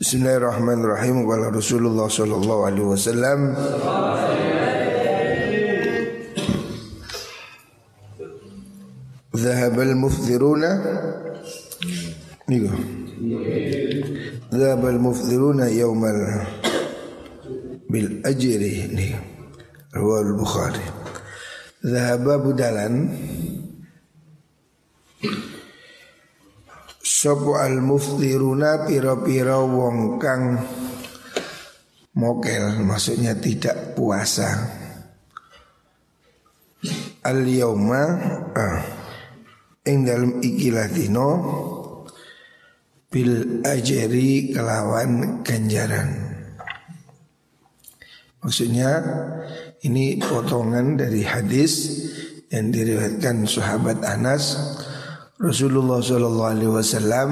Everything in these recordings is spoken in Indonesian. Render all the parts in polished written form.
Bismillahirrahmanirrahim. Qala Rasulullah sallallahu alaihi wasallam, Dhahabal mufthiruna Dhahabal mufthiruna yawmal bil ajri. Riwayat Bukhari. Dhahaba budalan sopo al mufthiruna pira-pira wong kang mokel, maksudnya tidak puasa. Al yauma ing dalem ikilah dino bil ajri kelawan ganjaran. Maksudnya ini potongan dari hadis yang diriwayatkan sahabat Anas. Rasulullah sallallahu alaihi wasallam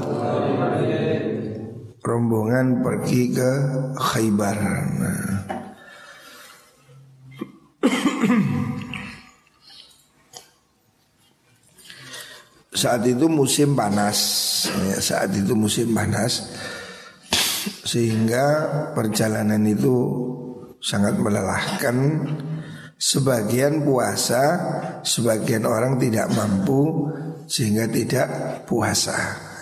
rombongan pergi ke Khaybar. Saat itu musim panas, sehingga perjalanan itu sangat melelahkan. Sebagian puasa, sebagian orang tidak mampu sehingga tidak puasa.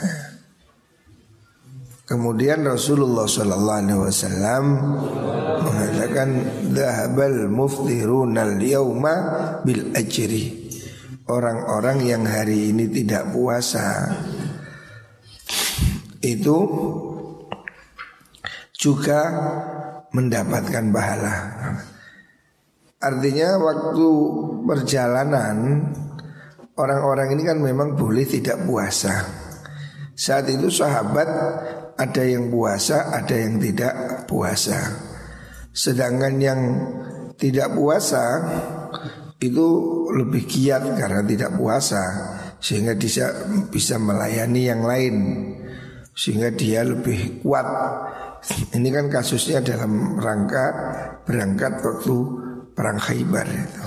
Kemudian Rasulullah SAW mengatakan dhahabal mufthirunal yauma bil ajri. Orang-orang yang hari ini tidak puasa itu juga mendapatkan pahala. Artinya waktu perjalanan orang-orang ini kan memang boleh tidak puasa. Saat itu sahabat ada yang puasa, ada yang tidak puasa. Sedangkan yang tidak puasa itu lebih giat karena tidak puasa, sehingga bisa melayani yang lain, sehingga dia lebih kuat. Ini kan kasusnya dalam rangka berangkat waktu perang Khaybar itu.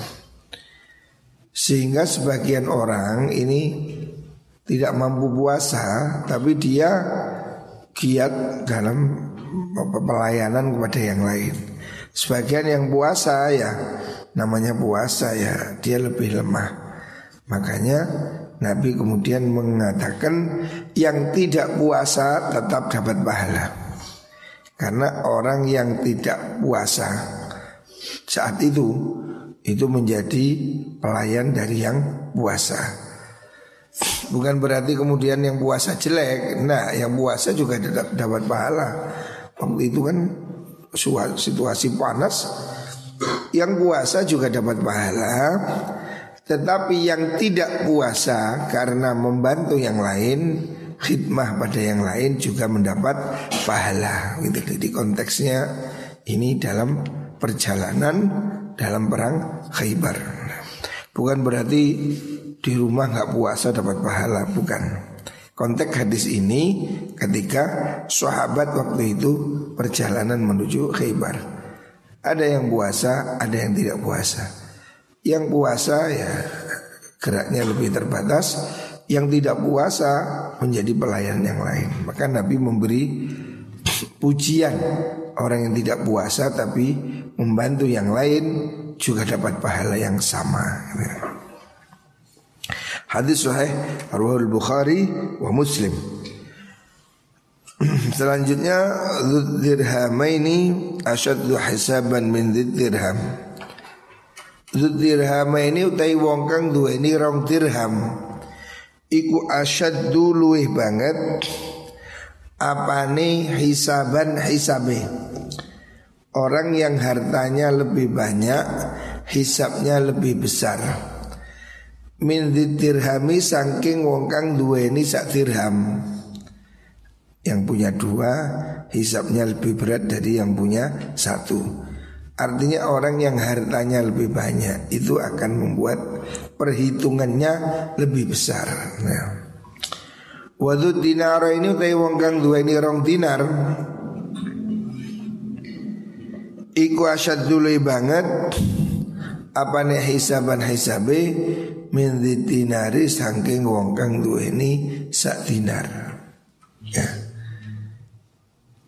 Sehingga sebagian orang ini tidak mampu puasa, tapi dia giat dalam pelayanan kepada yang lain. Sebagian yang puasa ya, namanya puasa ya, dia lebih lemah. Makanya Nabi kemudian mengatakan yang tidak puasa tetap dapat pahala. Karena orang yang tidak puasa saat itu menjadi pelayan dari yang puasa. Bukan berarti kemudian yang puasa jelek. Nah, yang puasa juga dapat pahala. Waktu itu kan situasi panas, yang puasa juga dapat pahala. Tetapi yang tidak puasa karena membantu yang lain, khidmah pada yang lain juga mendapat pahala. Gitu. Jadi konteksnya ini dalam perjalanan dalam perang Khaybar. Bukan berarti di rumah nggak puasa dapat pahala, bukan. Konteks hadis ini ketika sahabat waktu itu perjalanan menuju Khaybar. Ada yang puasa, ada yang tidak puasa. Yang puasa ya geraknya lebih terbatas, yang tidak puasa menjadi pelayan yang lain. Maka Nabi memberi pujian orang yang tidak puasa tapi membantu yang lain juga dapat pahala yang sama. Hadis sahih riwayat Bukhari wa Muslim. Selanjutnya dzirhamaini asyaddu hisaban min dzirham. Dzirhamaini utai wong kang duweni 2 dirham iku asyaddu luwih banget apane hisaban hisabe. Orang yang hartanya lebih banyak, hisabnya lebih besar. Min dirhami saking wong kang duweni 1 dirham. Yang punya 2 hisabnya lebih berat dari yang punya 1. Artinya orang yang hartanya lebih banyak itu akan membuat perhitungannya lebih besar. Nah, wadud dinar ini utai wong kang duweni 2 dinar iku asyaddu banget apane hisaban hisabe min dinari saking wong kang duweni 1 dinar. Ya.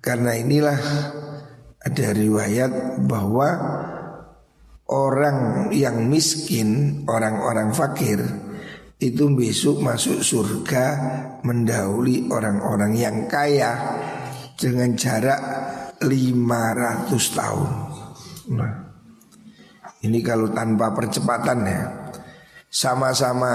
Karena inilah ada riwayat bahwa orang yang miskin, orang-orang fakir itu besok masuk surga mendahului orang-orang yang kaya dengan jarak 500 tahun. Nah, ini kalau tanpa percepatan ya, sama-sama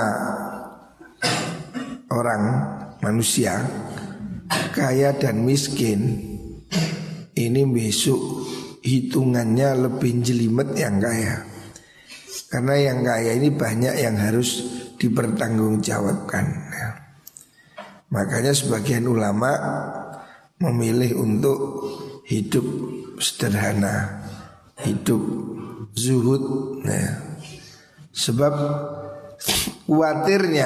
orang manusia kaya dan miskin, ini besok hitungannya lebih jelimet yang kaya. Karena yang kaya ini banyak yang harus dipertanggungjawabkan. Makanya sebagian ulama memilih untuk hidup sederhana, hidup zuhud. Sebab khawatirnya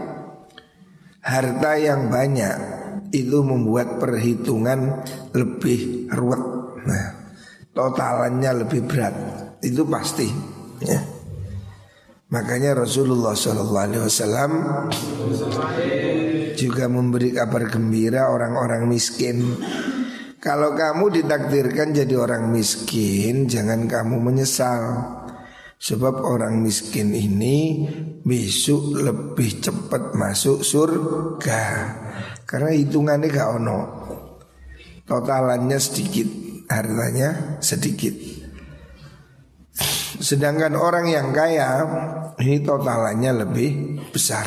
harta yang banyak itu membuat perhitungan lebih ruwet. Totalannya lebih berat, itu pasti. Makanya Rasulullah SAW juga memberi kabar gembira orang-orang miskin. Kalau kamu ditakdirkan jadi orang miskin, jangan kamu menyesal. Sebab orang miskin ini besok lebih cepat masuk surga. Karena hitungannya gak ono, totalannya sedikit, hartanya sedikit. Sedangkan orang yang kaya ini totalannya lebih besar.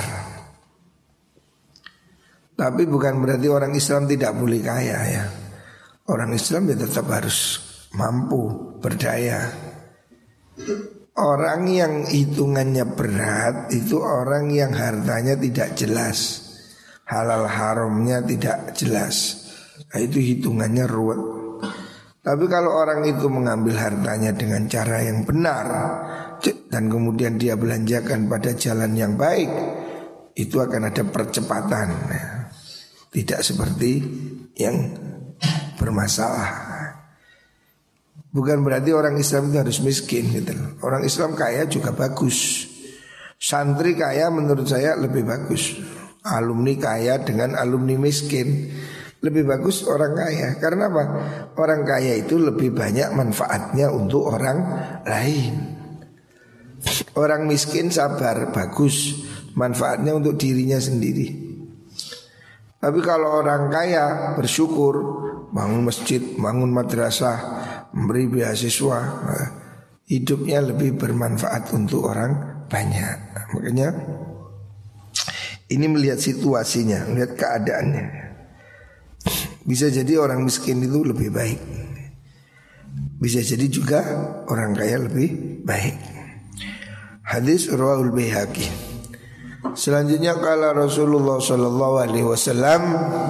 Tapi bukan berarti orang Islam tidak boleh kaya ya. Orang Islam ya tetap harus mampu, berdaya. Orang yang hitungannya berat itu orang yang hartanya tidak jelas, halal haramnya tidak jelas. Nah, itu hitungannya ruwet. Tapi kalau orang itu mengambil hartanya dengan cara yang benar dan kemudian dia belanjakan pada jalan yang baik, itu akan ada percepatan. Tidak seperti yang bermasalah. Bukan berarti orang Islam itu harus miskin gitu. Orang Islam kaya juga bagus. Santri kaya menurut saya lebih bagus. Alumni kaya dengan alumni miskin lebih bagus orang kaya. Karena apa? Orang kaya itu lebih banyak manfaatnya untuk orang lain. Orang miskin sabar, bagus, manfaatnya untuk dirinya sendiri. Tapi kalau orang kaya bersyukur, bangun masjid, bangun madrasah, memberi beasiswa, hidupnya lebih bermanfaat untuk orang banyak. Makanya ini melihat situasinya, melihat keadaannya. Bisa jadi orang miskin itu lebih baik, bisa jadi juga orang kaya lebih baik. Hadis rawahul Baihaqi. Selanjutnya kala Rasulullah sallallahu alaihi wasallam,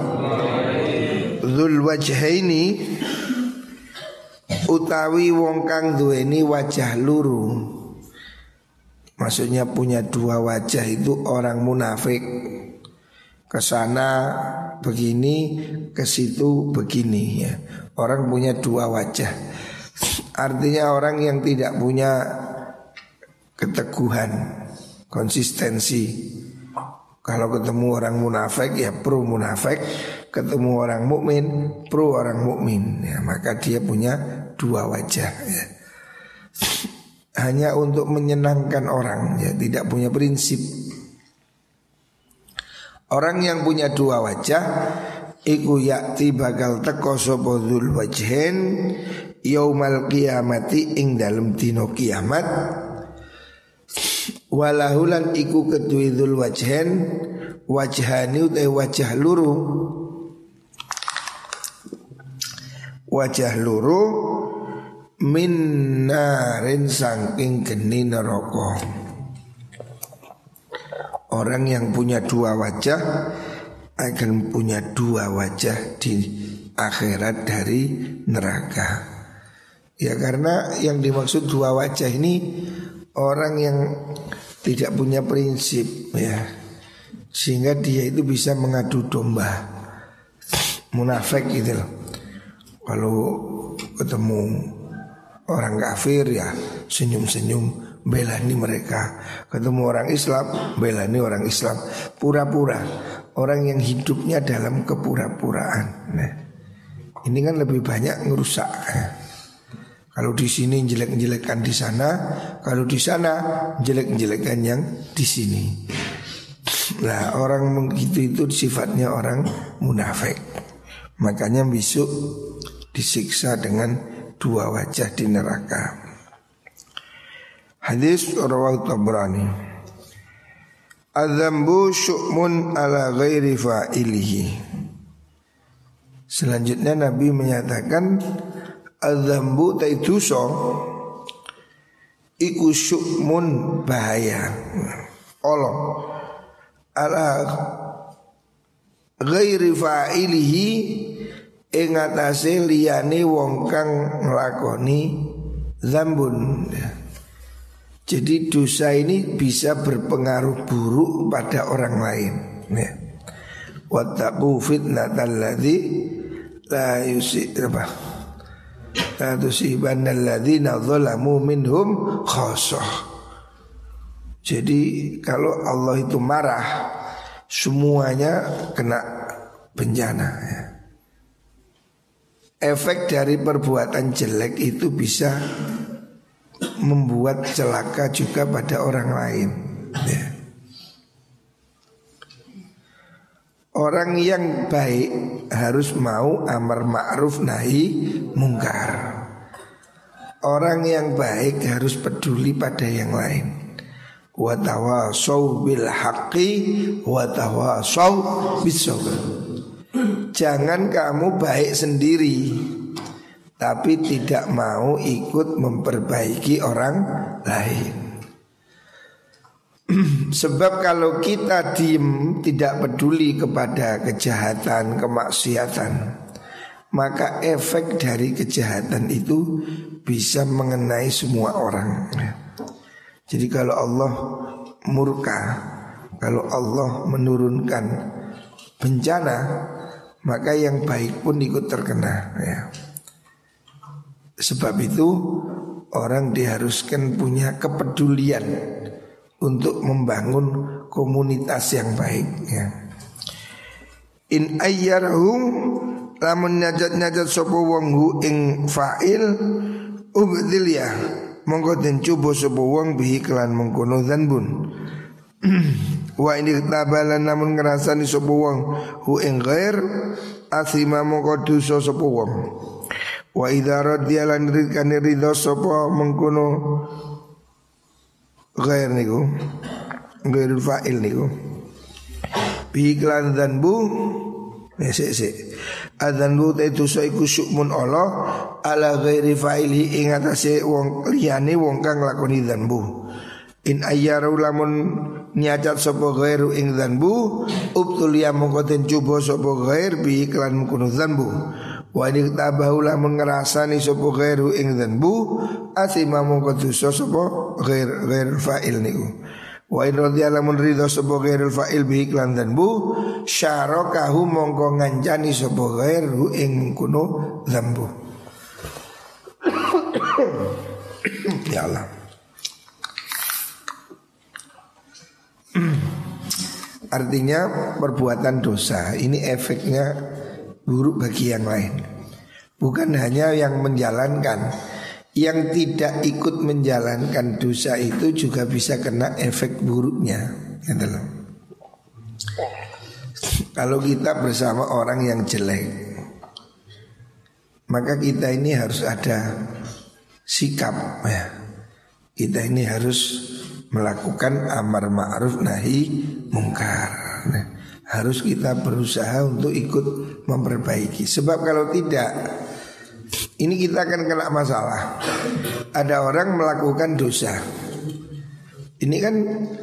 dzul wajhaini utawi wong kang duweni wajah luru. Maksudnya punya dua wajah itu orang munafik. Kesana begini, ke situ begini ya. Orang punya dua wajah. Artinya orang yang tidak punya keteguhan, konsistensi. Kalau ketemu orang munafik ya pro munafik, ketemu orang mukmin pro orang mukmin ya, maka dia punya dua wajah ya. Hanya untuk menyenangkan orang ya, tidak punya prinsip. Orang yang punya dua wajah iku yakti bakal teko sapa dzul wajhain yaumal qiyamati ing dalem dina kiamat. Walahulan iku kedue dzul wajhain wajhani utai wajah luru. Wajah luru min narin saking geni neraka. Orang yang punya dua wajah akan punya dua wajah di akhirat dari neraka. Ya karena yang dimaksud dua wajah ini orang yang tidak punya prinsip ya, sehingga dia itu bisa mengadu domba. Munafik gitu loh. Kalau ketemu orang kafir ya senyum-senyum belani mereka. Ketemu orang Islam belani orang Islam. Pura-pura. Orang yang hidupnya dalam kepura-puraan. Nah, Ini kan lebih banyak ngerusak. Kalau di sini jelek-jelekan di sana, kalau di sana jelek-jelekan yang di sini. Nah, orang begitu itu sifatnya orang munafik. Makanya besok disiksa dengan dua wajah di neraka. Hadis rawahu Tabrani. Adzambu syu'mun ala ghairi fa'ilihi. Selanjutnya Nabi menyatakan adzambu ta'iduso iku syu'mun bahaya. Allah ala ghairi fa'ilihi ing atase liyane wong kang nglakoni zambun. Jadi dosa ini bisa berpengaruh buruk pada orang lain. Wattaqu fitnatal ladzi la tusibanna alladzina zalamu minhum khassah. Jadi kalau Allah itu marah, semuanya kena bencana. Efek dari perbuatan jelek itu bisa membuat celaka juga pada orang lain. Orang yang baik harus mau amar ma'ruf nahi mungkar. Orang yang baik harus peduli pada yang lain. Wa tawasau bil haqqi wa tawasau bis sabr. Jangan kamu baik sendiri tapi tidak mau ikut memperbaiki orang lain. Sebab kalau kita diem, tidak peduli kepada kejahatan, kemaksiatan, maka efek dari kejahatan itu bisa mengenai semua orang. Jadi kalau Allah murka, kalau Allah menurunkan bencana, maka yang baik pun ikut terkena, ya. Sebab itu orang diharuskan punya kepedulian untuk membangun komunitas yang baik, ya. In ayyarhum lamun nyajat sapa wong hu ing fa'il ubdil ya monggo den coba sapa wong bihi kelan mengkono dzanbun. Wa ini tabalan namun ngrasani sapa wong hu ing ghair asima monggo dosa sapa wong. Wa idza radiyalan ridkane ridho sapa mengkono ghair niku ghairul fa'il niku bi iklan dzanbu sik adzanbu itu saiku syukmun Allah ala ghairi fa'ili ing atase wong liyane wong kang lakoni dzanbu. In ayyaru lamun nyacat sapa ghairu ing dzanbu ubtul ya mongko den coba sapa ghair bi iklan mengkono dzanbu. Wa diktabahu lamun ngerasani sapa ghairu ing dzanbu asima mongko dosa sapa ghair fa'il niku. Wa in radhiya lamun ridha sapa ghairul fa'il bi iklan dzanbu syarakahu mongko ngancani sapa ghairu ing kuno dzanbu. Ya Allah. Artinya perbuatan dosa ini efeknya buruk bagi yang lain. Bukan hanya yang menjalankan, yang tidak ikut menjalankan dosa itu juga bisa kena efek buruknya. Kalau kita bersama orang yang jelek, maka kita ini harus ada sikap, ya. Kita ini harus melakukan amar ma'ruf nahi mungkar. Harus kita berusaha untuk ikut memperbaiki. Sebab kalau tidak, ini kita akan kena masalah. Ada orang melakukan dosa, ini kan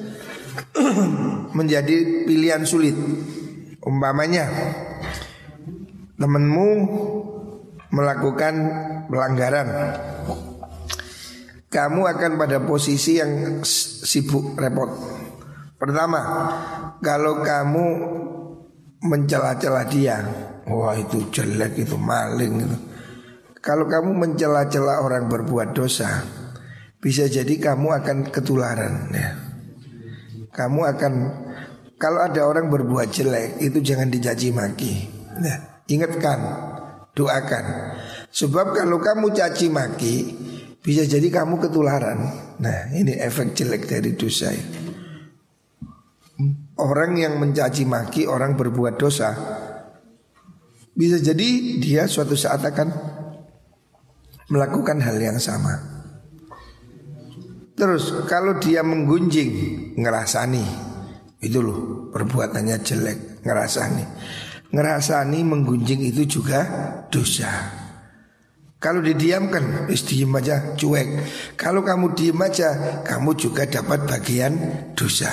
menjadi pilihan sulit. Umpamanya temanmu melakukan pelanggaran, kamu akan pada posisi yang sibuk repot. Pertama, kalau kamu mencela-cela dia, wah itu jelek, itu maling itu. Kalau kamu mencela-cela orang berbuat dosa, bisa jadi kamu akan ketularan, ya. Kamu akan, kalau ada orang berbuat jelek itu jangan dicaci maki, ya. Ingatkan, doakan. Sebab kalau kamu caci maki bisa jadi kamu ketularan. Nah, ini efek jelek dari dosa. Orang yang mencaci maki orang berbuat dosa, bisa jadi dia suatu saat akan melakukan hal yang sama. Terus kalau dia menggunjing, ngerasani, itu loh perbuatannya jelek, ngerasani menggunjing itu juga dosa. Kalau didiamkan, diem aja, cuek. Kalau kamu diem aja, kamu juga dapat bagian dosa.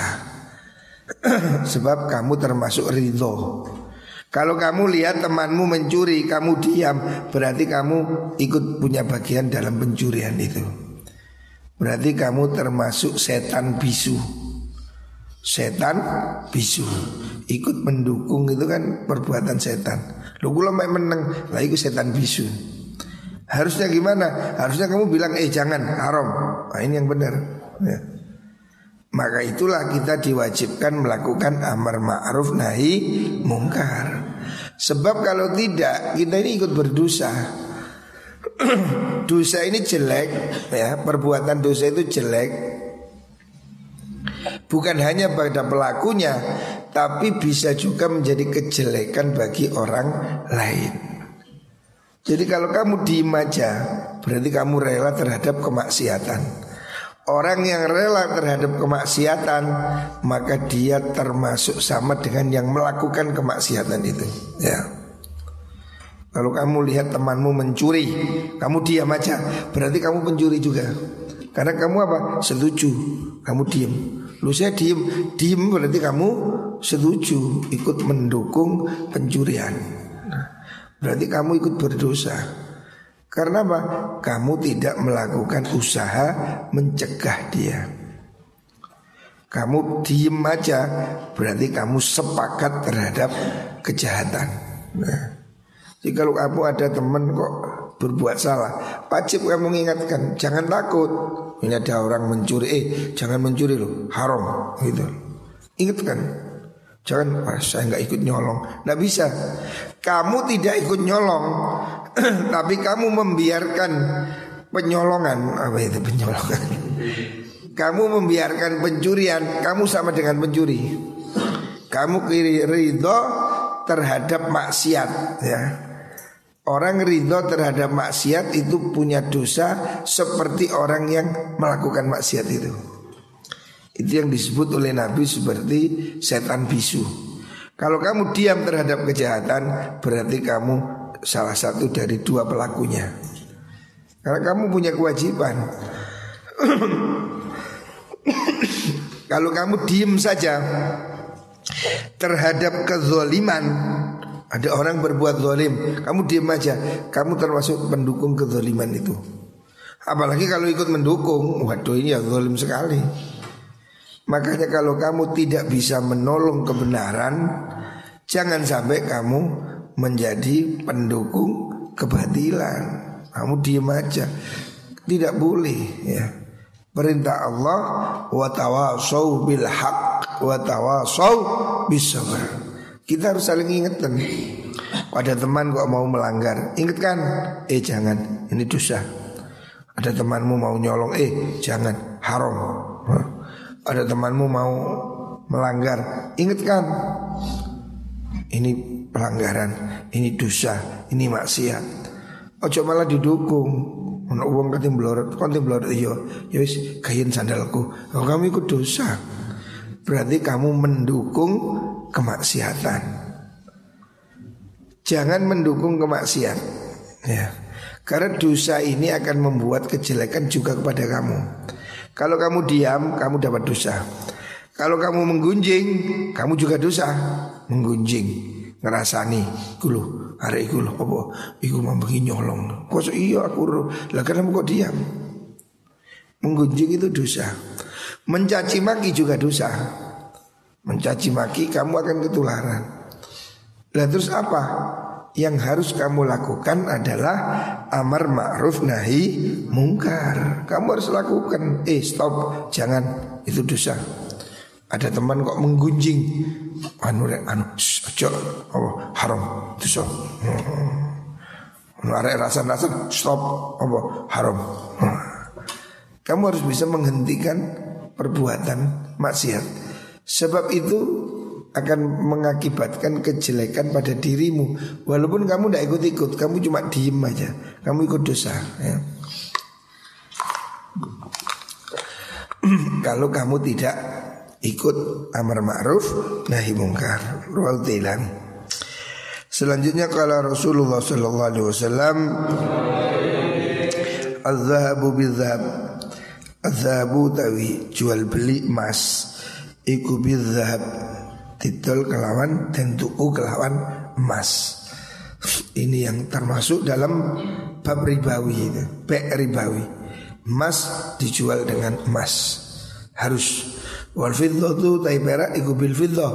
Sebab kamu termasuk ridho. Kalau kamu lihat temanmu mencuri, kamu diam, berarti kamu ikut punya bagian dalam pencurian itu. Berarti kamu termasuk setan bisu. Setan bisu, ikut mendukung itu kan perbuatan setan. Lu kula mek meneng, lah iku setan bisu. Harusnya gimana? Harusnya kamu bilang jangan, haram. Nah, ini yang benar ya. Maka itulah kita diwajibkan melakukan amar ma'ruf nahi mungkar. Sebab kalau tidak kita ini ikut berdosa. Dosa ini jelek ya, perbuatan dosa itu jelek. Bukan hanya pada pelakunya, tapi bisa juga menjadi kejelekan bagi orang lain. Jadi kalau kamu diem aja, berarti kamu rela terhadap kemaksiatan. Orang yang rela terhadap kemaksiatan, maka dia termasuk sama dengan yang melakukan kemaksiatan itu ya. Kalau kamu lihat temanmu mencuri, kamu diam aja, berarti kamu pencuri juga. Karena kamu apa? Setuju, kamu diem. Lu saya diem berarti kamu setuju, ikut mendukung pencurian. Berarti kamu ikut berdosa. Karena apa? Kamu tidak melakukan usaha mencegah dia. Kamu diem aja, berarti kamu sepakat terhadap kejahatan. Nah, jadi kalau kamu ada teman kok berbuat salah, wajib kamu mengingatkan, jangan takut. Ini ada orang mencuri, jangan mencuri loh, haram gitu. Ingatkan. Jangan, saya nggak ikut nyolong. Nggak bisa. Kamu tidak ikut nyolong, tapi kamu membiarkan penyolongan. Apa itu penyolongan? Kamu membiarkan pencurian, kamu sama dengan pencuri. Kamu ridho terhadap maksiat ya. Orang ridho terhadap maksiat itu punya dosa seperti orang yang melakukan maksiat itu. Itu yang disebut oleh Nabi seperti setan bisu. Kalau kamu diam terhadap kejahatan, berarti kamu salah satu dari dua pelakunya. Karena kamu punya kewajiban. Kalau kamu diam saja terhadap kezoliman, ada orang berbuat zalim, kamu diam aja, kamu termasuk pendukung kezoliman itu. Apalagi kalau ikut mendukung, waduh ini ya zalim sekali. Makanya kalau kamu tidak bisa menolong kebenaran, jangan sampai kamu menjadi pendukung kebatilan. Kamu diam aja, tidak boleh ya. Perintah Allah, wa tawasau bil haq wa tawasau bis sabr. Kita harus saling ingatkan. Ada teman kok mau melanggar, ingatkan, jangan, ini dosa. Ada temanmu mau nyolong, jangan, haram. Ada temanmu mau melanggar, ingatkan, ini pelanggaran, ini dosa, ini maksiat. Ojo malah didukung. Ono wong kate blorot, kon blorot ya wis gayen sandalku. Kalau kamu ikut dosa, berarti kamu mendukung kemaksiatan. Jangan mendukung kemaksiat ya. Karena dosa ini akan membuat kejelekan juga kepada kamu. Kalau kamu diam, kamu dapat dosa. Kalau kamu menggunjing, kamu juga dosa. Menggunjing, ngerasani, gulu, arek iku lho apa? Iku mambengi nyolong. Kok iya aku lah kenapa kok diam? Menggunjing itu dosa. Mencaci maki juga dosa. Mencaci maki kamu akan ketularan. Lah terus apa? Yang harus kamu lakukan adalah amar ma'ruf nahi mungkar. Kamu harus lakukan. Stop, jangan, itu dosa. Ada teman kok menggunjing, ojo, haram, dosa. Arek rasa-rasa stop apa haram. Kamu harus bisa menghentikan perbuatan maksiat. Sebab itu akan mengakibatkan kejelekan pada dirimu. Walaupun kamu tidak ikut-ikut, kamu cuma diem aja, kamu ikut dosa ya. Kalau kamu tidak ikut amar ma'ruf nahi mungkar. Rawahu Tailani. Selanjutnya kalau Rasulullah sallallahu alaihi wasallam, az-zahabu bil-zahab, az-zahabu tawi jual beli emas, iku bil-zahab didol kelawan dan tuku kelawan emas. Ini yang termasuk dalam bab ribawi itu, be' ribawi. Emas dijual dengan emas harus. Wal fiddatu tai perak iku bil fiddah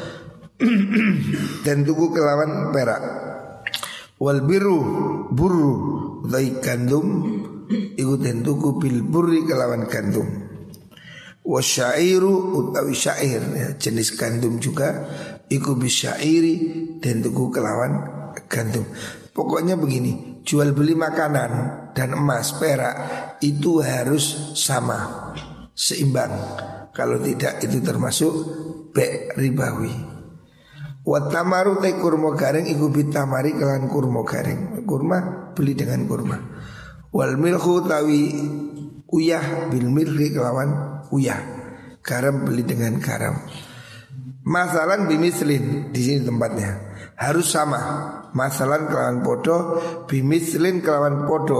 dan tuku kelawan perak. Wal biru buru tai gandum iku den tuku bil burri kelawan gandum. Wasyairu utawi syair ya, jenis gandum juga iku bisyairi dan tuku kelawan gandum. Pokoknya begini, jual beli makanan dan emas perak itu harus sama, seimbang. Kalau tidak itu termasuk be' ribawi. Wa tamaru te kurma garing iku bitamari kelawan kurma garing. Kurma beli dengan kurma. Wal milhu tawi uyah bil milhi kelawan uyah. Garam beli dengan garam. Masalan bimislin, di sini tempatnya harus sama. Masalan kelawan podo, bimislin kelawan podo.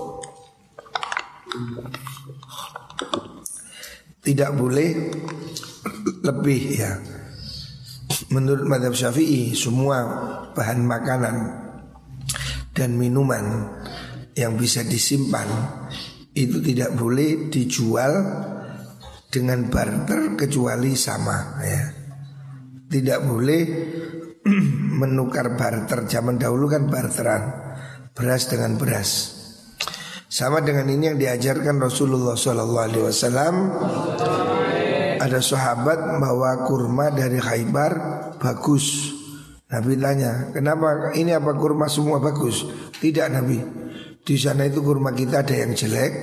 Tidak boleh lebih ya. Menurut mazhab Syafi'i, semua bahan makanan dan minuman yang bisa disimpan itu tidak boleh dijual dengan barter kecuali sama ya. Tidak boleh menukar barter. Zaman dahulu kan barteran, beras dengan beras. Sama dengan ini yang diajarkan Rasulullah SAW. Ada sahabat bawa kurma dari Khaybar bagus. Nabi tanya, kenapa ini apa kurma semua bagus? Tidak Nabi, di sana itu kurma kita ada yang jelek.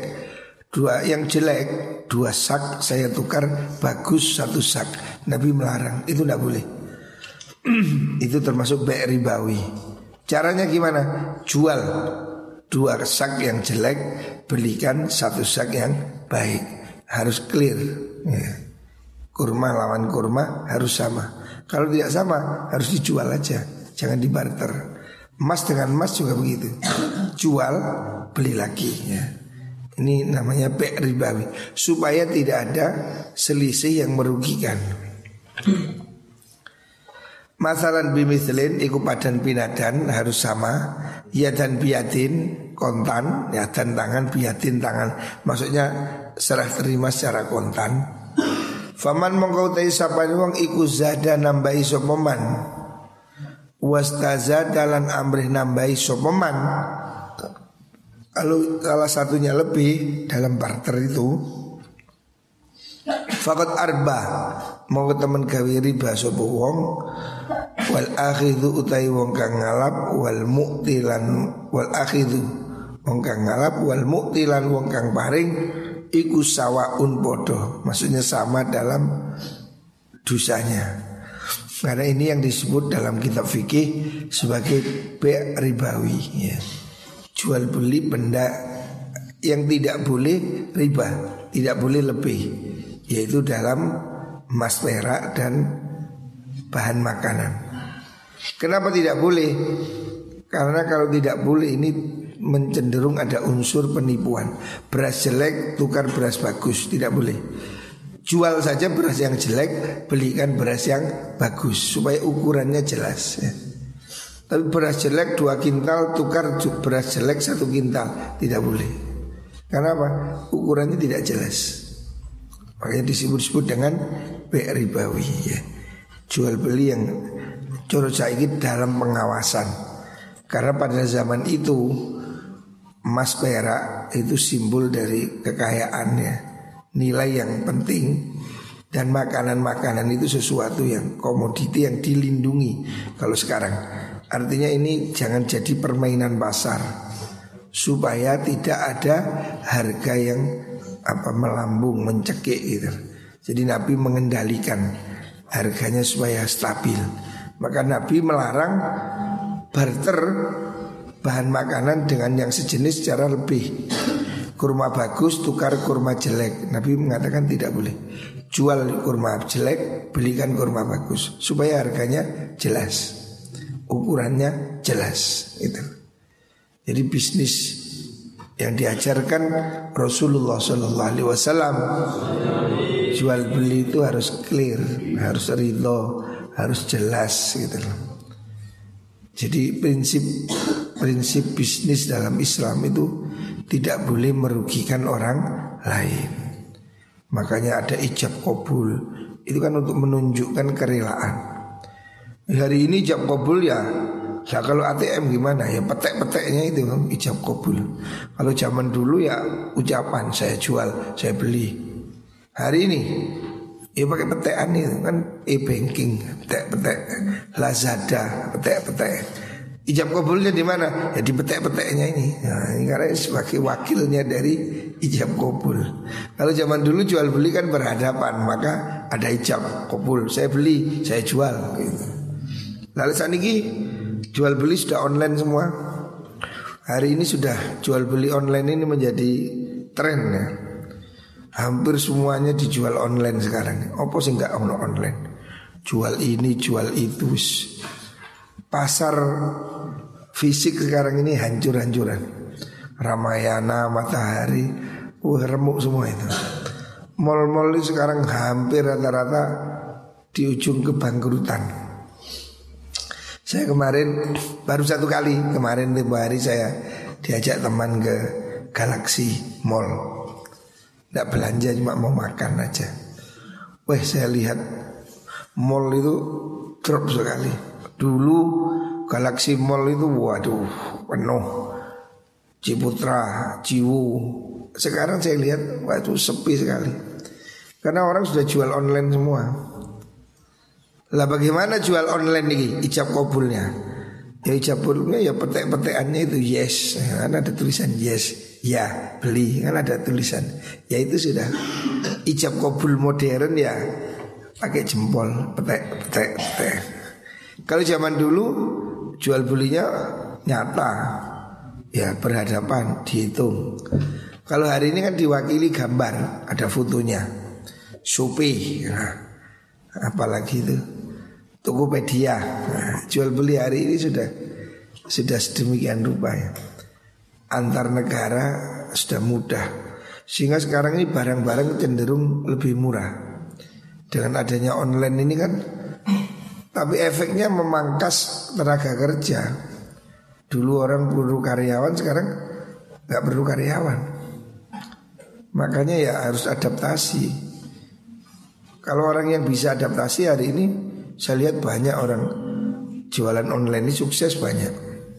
Dua sak saya tukar bagus satu sak. Nabi melarang, itu tidak boleh. Itu termasuk be' ribawi. Caranya gimana? Jual 2 sak yang jelek, belikan 1 sak yang baik. Harus clear ya. Kurma lawan kurma harus sama. Kalau tidak sama harus dijual aja, jangan dibarter. Emas dengan emas juga begitu. Jual, beli lagi ya. Ini namanya be' ribawi, supaya tidak ada selisih yang merugikan. Masalan bimislin iku padan pinadan harus sama. Ya dan biadin kontan, ya dan tangan biadin tangan. Maksudnya serah terima secara kontan. Faman mongkau tai sapane wong iku zada nambahi sapa man. Wastazada lan amrih nambahi sapa man. Kalau salah satunya lebih dalam barter itu, faqad arba mau temen gawe riba sapa wong. Wal akhidhu utai wong kang ngalap wal mu'tilan wal akhidhu wong kang ngalap wal mu'tilan wong kang paring iku sawaun podo. Maksudnya sama dalam dosanya. Karena ini yang disebut dalam kitab fikih sebagai be' ribawi ya. Jual beli benda yang tidak boleh riba, tidak boleh lebih, yaitu dalam emas perak dan bahan makanan. Kenapa tidak boleh? Karena kalau tidak boleh ini mencenderung ada unsur penipuan. Beras jelek tukar beras bagus, tidak boleh. Jual saja beras yang jelek, belikan beras yang bagus supaya ukurannya jelas ya. Tapi beras jelek 2 kintal tukar beras jelek 1 kintal, tidak boleh. Karena apa? Ukurannya tidak jelas. Makanya disebut-sebut dengan be' ribawi ya. Jual beli yang curut saiki dalam pengawasan. Karena pada zaman itu emas perak itu simbol dari kekayaannya, nilai yang penting. Dan makanan-makanan itu sesuatu yang komoditi yang dilindungi. Kalau sekarang Artinya ini jangan jadi permainan pasar, supaya tidak ada harga yang melambung, mencekik gitu. Jadi Nabi mengendalikan harganya supaya stabil. Maka Nabi melarang barter bahan makanan dengan yang sejenis secara lebih. Kurma bagus tukar kurma jelek. Nabi mengatakan tidak boleh. Jual kurma jelek, belikan kurma bagus, supaya harganya jelas, ukurannya jelas itu. Jadi bisnis yang diajarkan Rasulullah SAW, jual beli itu harus clear, harus ridho, harus jelas gitu. Jadi prinsip bisnis dalam Islam itu tidak boleh merugikan orang lain. Makanya ada ijab kabul. Itu kan untuk menunjukkan kerelaan. Hari ini ijab kabul ya kalau ATM gimana ya, petek-peteknya itu ijab kabul. Kalau zaman dulu ya ucapan, saya jual, saya beli. Hari ini ya pakai petekan itu kan, e-banking, petek-petek, Lazada, petek-petek. Ijab kabulnya di mana? Ya di petek-peteknya ini. Nah, ini karena sebagai wakilnya dari ijab kabul. Kalau zaman dulu jual beli kan berhadapan, maka ada ijab kabul. Saya beli, saya jual gitu. Lalu saat ini jual beli sudah online semua. Hari ini sudah jual beli online ini menjadi tren ya. Hampir semuanya dijual online sekarang. Apa sih enggak online? Jual ini, jual itu. Pasar fisik sekarang ini hancur-hancuran. Ramayana, Matahari, remuk semua itu. Mall-mall itu sekarang hampir rata-rata di ujung kebangkrutan. Saya kemarin baru satu kali, kemarin tempo hari saya diajak teman ke Galaxy Mall. Tidak belanja, cuma mau makan aja. Wah, saya lihat mall itu drop sekali. Dulu Galaxy Mall itu waduh penuh, Ciputra, Ciwu. Sekarang saya lihat waduh sepi sekali, karena orang sudah jual online semua. Lah bagaimana jual online ini ijab kabulnya? Ya ijab kabulnya ya petek-petekannya itu yes, kan ada tulisan yes, ya beli, kan ada tulisan. Ya itu sudah ijab kabul modern ya, pakai jempol, petek. Kalau zaman dulu jual belinya nyata, ya berhadapan, dihitung. Kalau hari ini kan diwakili gambar, ada fotonya, Shopee, nah, apalagi itu Tokopedia. Nah, jual beli hari ini sudah sedemikian rupa ya. Antar negara sudah mudah, sehingga sekarang ini barang-barang cenderung lebih murah dengan adanya online ini kan. Tapi efeknya memangkas tenaga kerja. Dulu orang perlu karyawan, sekarang nggak perlu karyawan. Makanya ya harus adaptasi. Kalau orang yang bisa adaptasi hari ini, saya lihat banyak orang jualan online ini sukses banyak.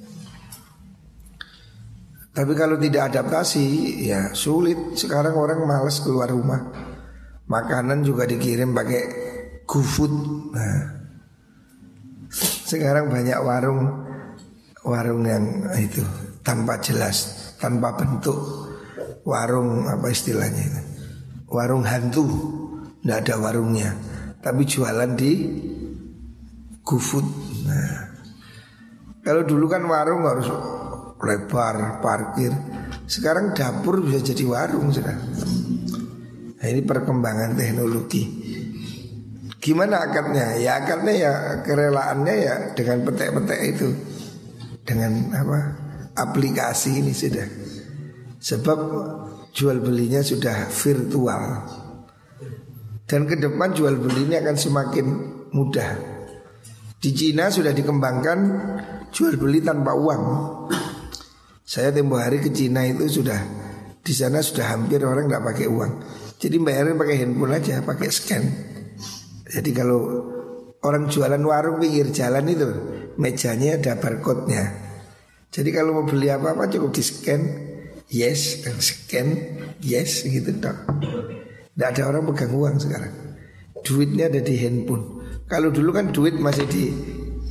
Tapi kalau tidak adaptasi ya sulit. Sekarang orang malas keluar rumah. Makanan juga dikirim pakai GoFood. Nah, sekarang banyak warung yang itu tanpa jelas, tanpa bentuk. Warung apa istilahnya itu? Warung hantu, tidak ada warungnya, tapi jualan di GoFood. Nah, kalau dulu kan warung harus lebar, parkir. Sekarang dapur bisa jadi warung sudah. Nah, ini perkembangan teknologi. Gimana akadnya? Ya akadnya ya kerelaannya ya dengan petek-petek itu, dengan aplikasi ini sudah. Sebab jual belinya sudah virtual. Dan ke depan jual beli ini akan semakin mudah. Di Cina sudah dikembangkan jual beli tanpa uang. Saya tempo hari ke Cina itu sudah, di sana sudah hampir orang tidak pakai uang. Jadi bayarin pakai handphone aja, pakai scan. Jadi kalau orang jualan warung pinggir jalan itu mejanya ada barcode-nya. Jadi kalau mau beli apa-apa cukup di scan, yes, dan scan, yes gitu dong. Tidak ada orang pegang uang sekarang. Duitnya ada di handphone. Kalau dulu kan duit masih di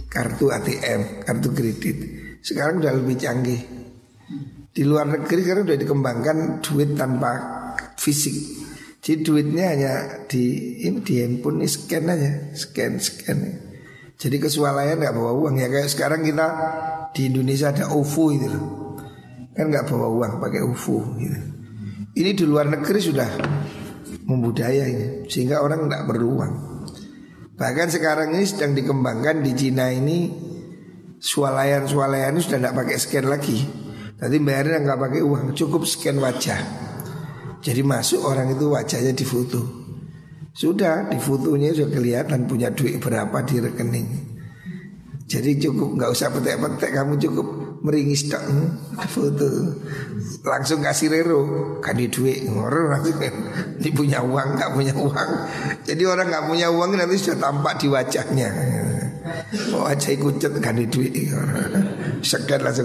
kartu ATM, kartu kredit. Sekarang udah lebih canggih. Di luar negeri sekarang udah dikembangkan duit tanpa fisik. Jadi duitnya hanya di handphone, scan aja, scan. Jadi kesualayan nggak bawa uang ya, kayak sekarang kita di Indonesia ada OVO itu loh. Kan nggak bawa uang, pakai OVO gitu. Ini di luar negeri sudah membudaya ini, sehingga orang nggak perlu uang. Bahkan sekarang ini sedang dikembangkan di Cina ini, swalayan ini sudah nggak pakai scan lagi. Nanti bayarnya nggak pakai uang, cukup scan wajah. Jadi masuk orang itu wajahnya difoto. Sudah di fotonya sudah kelihatan punya duit berapa di rekening. Jadi cukup nggak usah petek-petek, kamu cukup meringis tok foto. Langsung kasih rero, kan di duit ngoror nanti ini punya uang nggak punya uang. Jadi orang nggak punya uang nanti sudah tampak di wajahnya. Wajah kucet kan di duit. Segan langsung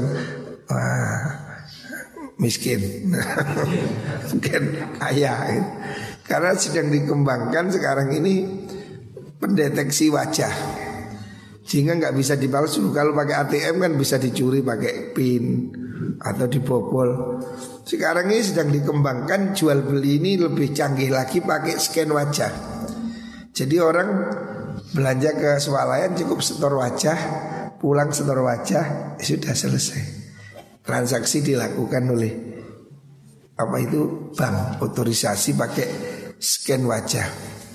miskin. Mungkin kaya. Karena sedang dikembangkan sekarang ini pendeteksi wajah, sehingga nggak bisa dipalsu. Kalau pakai ATM kan bisa dicuri pakai PIN atau dibobol. Sekarang ini sedang dikembangkan jual beli ini lebih canggih lagi pakai scan wajah. Jadi orang belanja ke swalayan cukup setor wajah, pulang setor wajah, sudah selesai. Transaksi dilakukan oleh bank, otorisasi pakai scan wajah.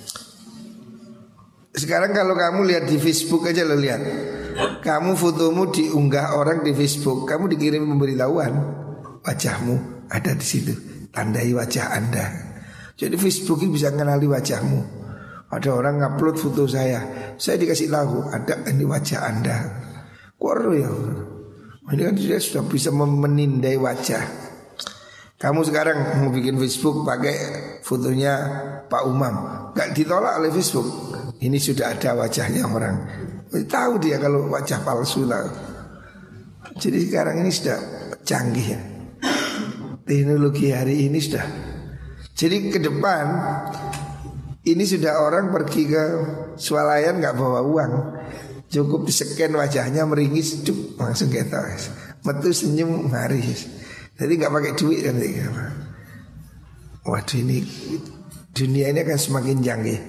Sekarang kalau kamu lihat di Facebook aja lo lihat, kamu fotomu diunggah orang di Facebook, kamu dikirim pemberitahuan wajahmu ada di situ, tandai wajah Anda. Jadi Facebook ini bisa mengenali wajahmu. Ada orang ngupload foto saya dikasih tahu ada ini wajah Anda. Kok ya? Ini kan dia sudah bisa menindai wajah. Kamu sekarang mau bikin Facebook pakai fotonya Pak Umam, gak ditolak oleh Facebook. Ini sudah ada wajahnya orang. Tahu dia kalau wajah palsu tahu. Jadi sekarang ini sudah canggih ya. Teknologi hari ini sudah. Jadi ke depan ini sudah orang pergi ke swalayan nggak bawa uang, cukup di-scan wajahnya meringis, langsung kita metu senyum mari. Jadi nggak pakai duit nanti. Waduh, ini dunia ini akan semakin canggih.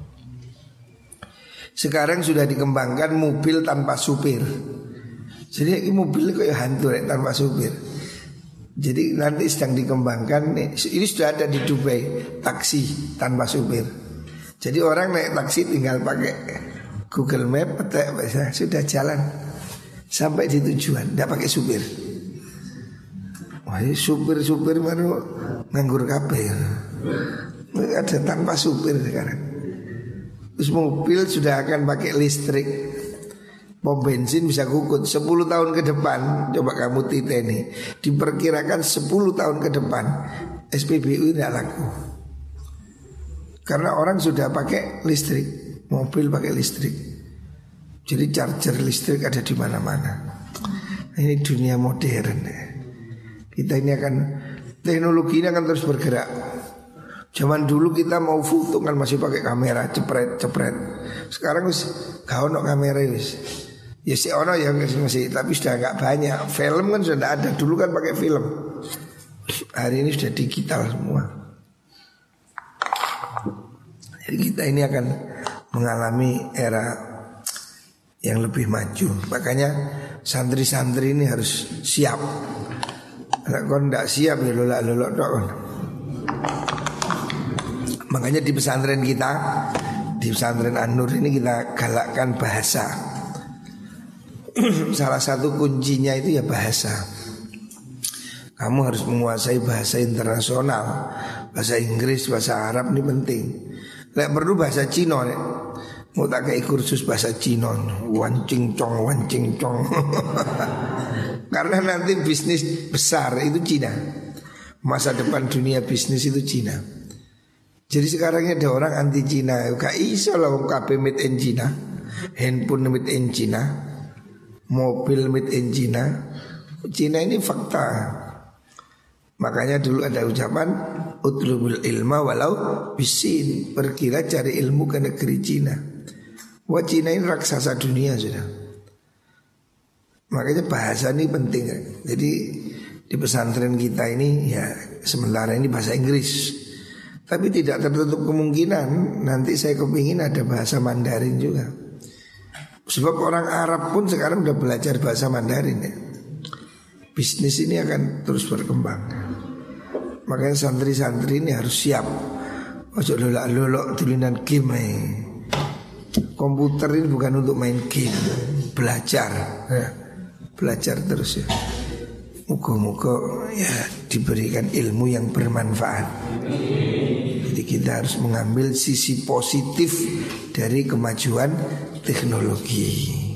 Sekarang sudah dikembangkan mobil tanpa supir. Jadi ini mobil kayak hantu tanpa supir. Jadi nanti sedang dikembangkan. Ini sudah ada di Dubai, taksi tanpa supir. Jadi orang naik taksi tinggal pakai Google Map, petek, sudah jalan sampai di tujuan, tidak pakai supir. Wah, supir baru nganggur kabeh. Ada tanpa supir sekarang. Terus mobil sudah akan pakai listrik. Pom bensin bisa kukut 10 tahun ke depan. Coba kamu titeni, diperkirakan 10 tahun ke depan SPBU tidak laku. Karena orang sudah pakai listrik, mobil pakai listrik. Jadi charger listrik ada di mana-mana. Ini dunia modern ya. Kita ini akan, teknologi ini akan terus bergerak. Zaman dulu kita mau foto kan masih pakai kamera cepret. Sekarang wis gak ono kamera wis. Ya si ono ya masih, tapi sudah nggak banyak. Film kan sudah ada, dulu kan pakai film. Hari ini sudah digital semua. Jadi kita ini akan mengalami era yang lebih maju. Makanya santri-santri ini harus siap. Kalau tidak siap ya lolak-lolok dong. Makanya di pesantren kita, di pesantren An-Nur ini kita galakkan bahasa. Salah satu kuncinya itu ya bahasa. Kamu harus menguasai bahasa internasional, bahasa Inggris, bahasa Arab ini penting. Tidak perlu bahasa Cina nih. Mau tak kayak kursus bahasa Cina, wancing cong. Karena nanti bisnis besar itu Cina. Masa depan dunia bisnis itu Cina. Jadi sekarang ini ada orang anti Cina. Gak iso lah kabeh made in Cina. Handphone made in Cina, mobil made in Cina. Cina ini fakta. Makanya dulu ada ucapan utlubul ilma walau bisin. Pergilah cari ilmu ke negeri Cina. Wah, Cina ini raksasa dunia sudah. Makanya bahasa ini penting. Jadi di pesantren kita ini ya sementara ini bahasa Inggris, tapi tidak tertutup kemungkinan nanti saya kepingin ada bahasa Mandarin juga. Sebab orang Arab pun sekarang udah belajar bahasa Mandarin ya. Bisnis ini akan terus berkembang. Makanya santri-santri ini harus siap. Ojo lolak-lolok tulinan game Komputer ini bukan untuk main game, belajar ya. Belajar terus ya. Moga-moga ya diberikan ilmu yang bermanfaat. Jadi kita harus mengambil sisi positif dari kemajuan teknologi.